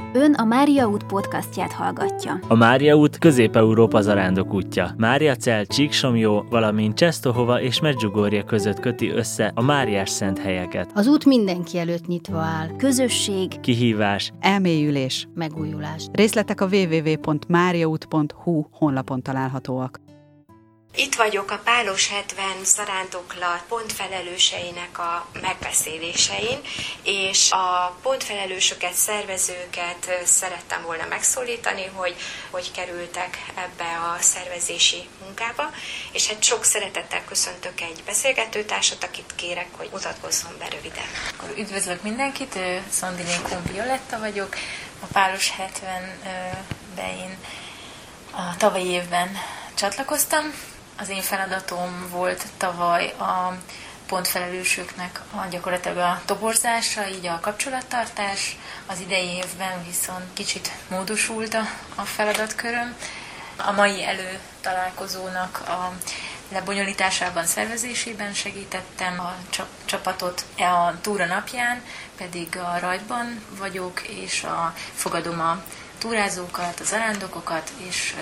Ön a Mária út podcastját hallgatja. A Mária út Közép-Európa zarándok útja. Máriacell, Csíksomlyó, valamint Czestohova és Medjugorje között köti össze a máriás szent helyeket. Az út mindenki előtt nyitva áll. Közösség, Kihívás, elmélyülés, megújulás. Részletek a www.mariaút.hu honlapon találhatóak. Itt vagyok a Pálos 70 zarándoklat pontfelelőseinek a megbeszélésein, és a pontfelelősöket, szervezőket szerettem volna megszólítani, hogy kerültek ebbe a szervezési munkába, és hát sok szeretettel köszöntök egy beszélgetőtársat, akit kérek, hogy mutatkozzon be röviden. Akkor üdvözlök mindenkit, Szondinékon Violetta vagyok, a Pálos 70-be én a tavalyi évben csatlakoztam. Az én feladatom volt tavaly a pontfelelősöknek gyakorlatilag a toborzása, így a kapcsolattartás. Az idei évben viszont kicsit módosult a feladatköröm. A mai előtalálkozónak a lebonyolításában, szervezésében segítettem a csapatot, a túra napján pedig a rajtban vagyok, és fogadom a túrázókat, a zarándokokat, és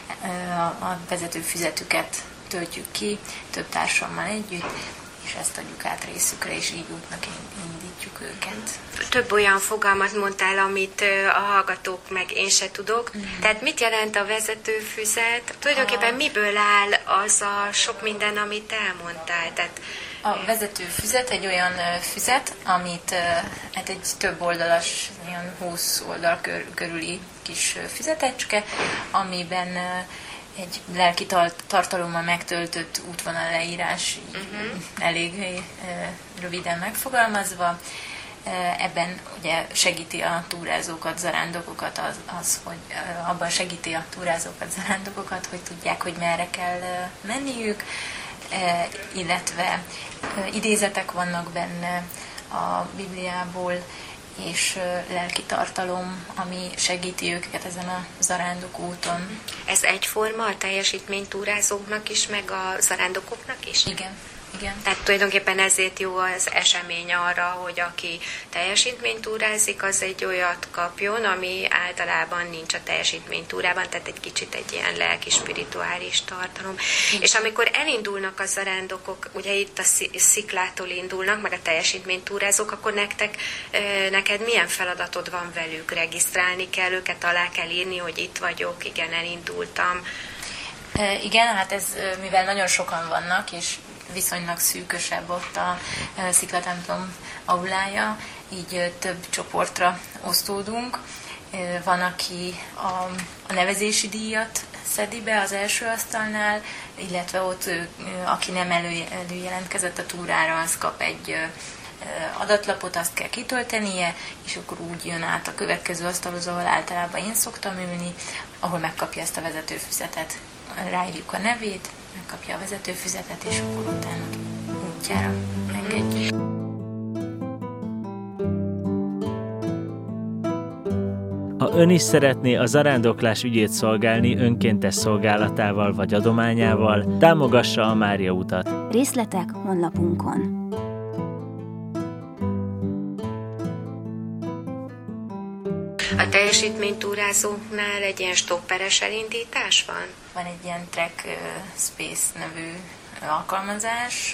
a vezetőfüzetüket töltjük ki több társammal együtt, és ezt adjuk át részükre, és így útnak indítjuk őket. Több olyan fogalmat mondtál, amit a hallgatók meg én se tudok. Tehát mit jelent a vezetőfüzet? Tulajdonképpen miből áll az a sok minden, amit elmondtál? Tehát a vezetőfüzet egy olyan füzet, amit hát egy több oldalas, olyan 20 oldal körüli kis füzetecske, amiben egy lelki tartalommal megtöltött útvonal leírás, elég röviden megfogalmazva. Ebben ugye segíti a túrázókat, zarándokokat, hogy abban segíti a túrázókat, zarándokokat, hogy tudják, hogy merre kell menniük, illetve idézetek vannak benne a Bibliából, és lelki tartalom, ami segíti őket ezen a zarándok úton. Ez egyforma a teljesítménytúrázóknak is, meg a zarándokoknak is? Igen. Tehát tulajdonképpen ezért jó az esemény arra, hogy aki teljesítménytúrázik, az egy olyat kapjon, ami általában nincs a teljesítménytúrában, tehát egy kicsit egy ilyen lelki-spirituális tartalom. Igen. És amikor elindulnak a zarándokok, ugye itt a sziklától indulnak, meg a teljesítménytúrázók, akkor neked milyen feladatod van velük? Regisztrálni kell őket, alá kell írni, hogy itt vagyok, igen, elindultam. Igen, hát ez, mivel nagyon sokan vannak, és viszonylag szűkösebb ott a sziklatemplom aulája, így több csoportra osztódunk. Van, aki a nevezési díjat szedi be az első asztalnál, illetve ott, aki nem előjelentkezett a túrára, az kap egy adatlapot, azt kell kitöltenie, és akkor úgy jön át a következő asztalhoz, ahol általában én szoktam ülni, ahol megkapja ezt a vezetőfüzetet. Ráírjuk a nevét, megkapja a vezetőfüzetet, és akkor utána útjára engedjük. Ha ön is szeretné a zarándoklás ügyét szolgálni önkéntes szolgálatával vagy adományával, támogassa a Mária utat. Részletek honlapunkon. A teljesítménytúrázóknál egy ilyen stopperes elindítás van? Van egy ilyen Track Space nevű alkalmazás,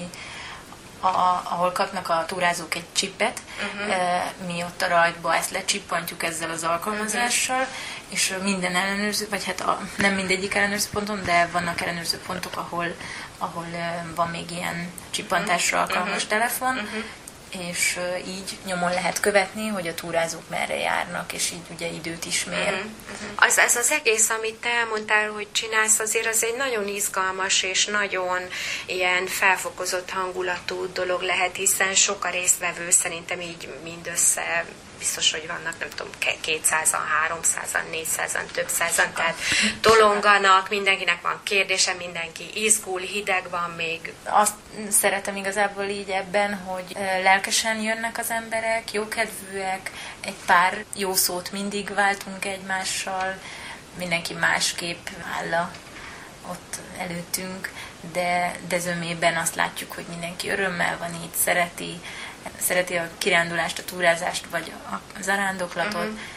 ahol kapnak a túrázók egy chipet, mi ott a rajtba ezt lecsippantjuk ezzel az alkalmazással, és minden ellenőrző, vagy hát nem mindegyik ellenőrző ponton, de vannak ellenőrző pontok, ahol van még ilyen csippantásra alkalmas telefon, és így nyomon lehet követni, hogy a túrázók merre járnak, és így ugye időt is mér. Ez az egész, amit te elmondtál, hogy csinálsz, azért az egy nagyon izgalmas és nagyon ilyen felfokozott hangulatú dolog lehet, hiszen sok a résztvevő, szerintem így mindössze biztos, hogy vannak, nem tudom, 200-an, 300-an, 400-an, több százan, tehát tolonganak, mindenkinek van kérdése, mindenki izgul, hideg van még. Azt szeretem igazából így ebben, hogy lelkesen jönnek az emberek, jókedvűek, egy pár jó szót mindig váltunk egymással, mindenki másképp áll ott előttünk, de zömében azt látjuk, hogy mindenki örömmel van itt, szereti a kirándulást, a túrázást, vagy a zarándoklatot,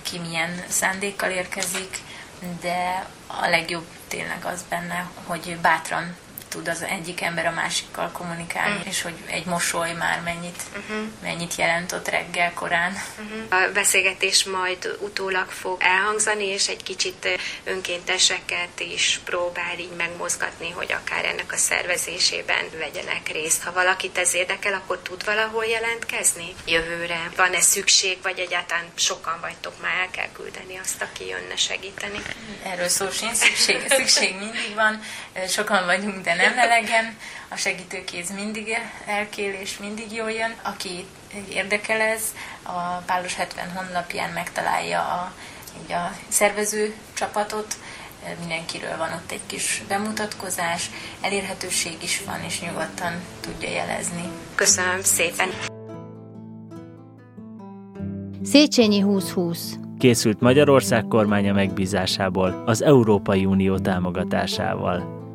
ki milyen szándékkal érkezik, de a legjobb tényleg az benne, hogy bátran tud az egyik ember a másikkal kommunikálni, és hogy egy mosoly már mennyit jelent ott reggel korán. A beszélgetés majd utólag fog elhangzani, és egy kicsit önkénteseket is próbál így megmozgatni, hogy akár ennek a szervezésében vegyenek részt. Ha valakit ez érdekel, akkor tud valahol jelentkezni jövőre? Van-e szükség, vagy egyáltalán sokan vagytok, már el kell küldeni azt, aki jönne segíteni? Erről szó sincs, szükség mindig van, sokan vagyunk, de nem elegen, a segítőkéz mindig elkél és mindig jól jön. Aki érdekel ez, a Pálos 70 honlapján megtalálja a szervező csapatot, mindenkiről van ott egy kis bemutatkozás, elérhetőség is van, és nyugodtan tudja jelezni. Köszönöm szépen! Széchenyi 2020. Készült Magyarország kormánya megbízásából, az Európai Unió támogatásával.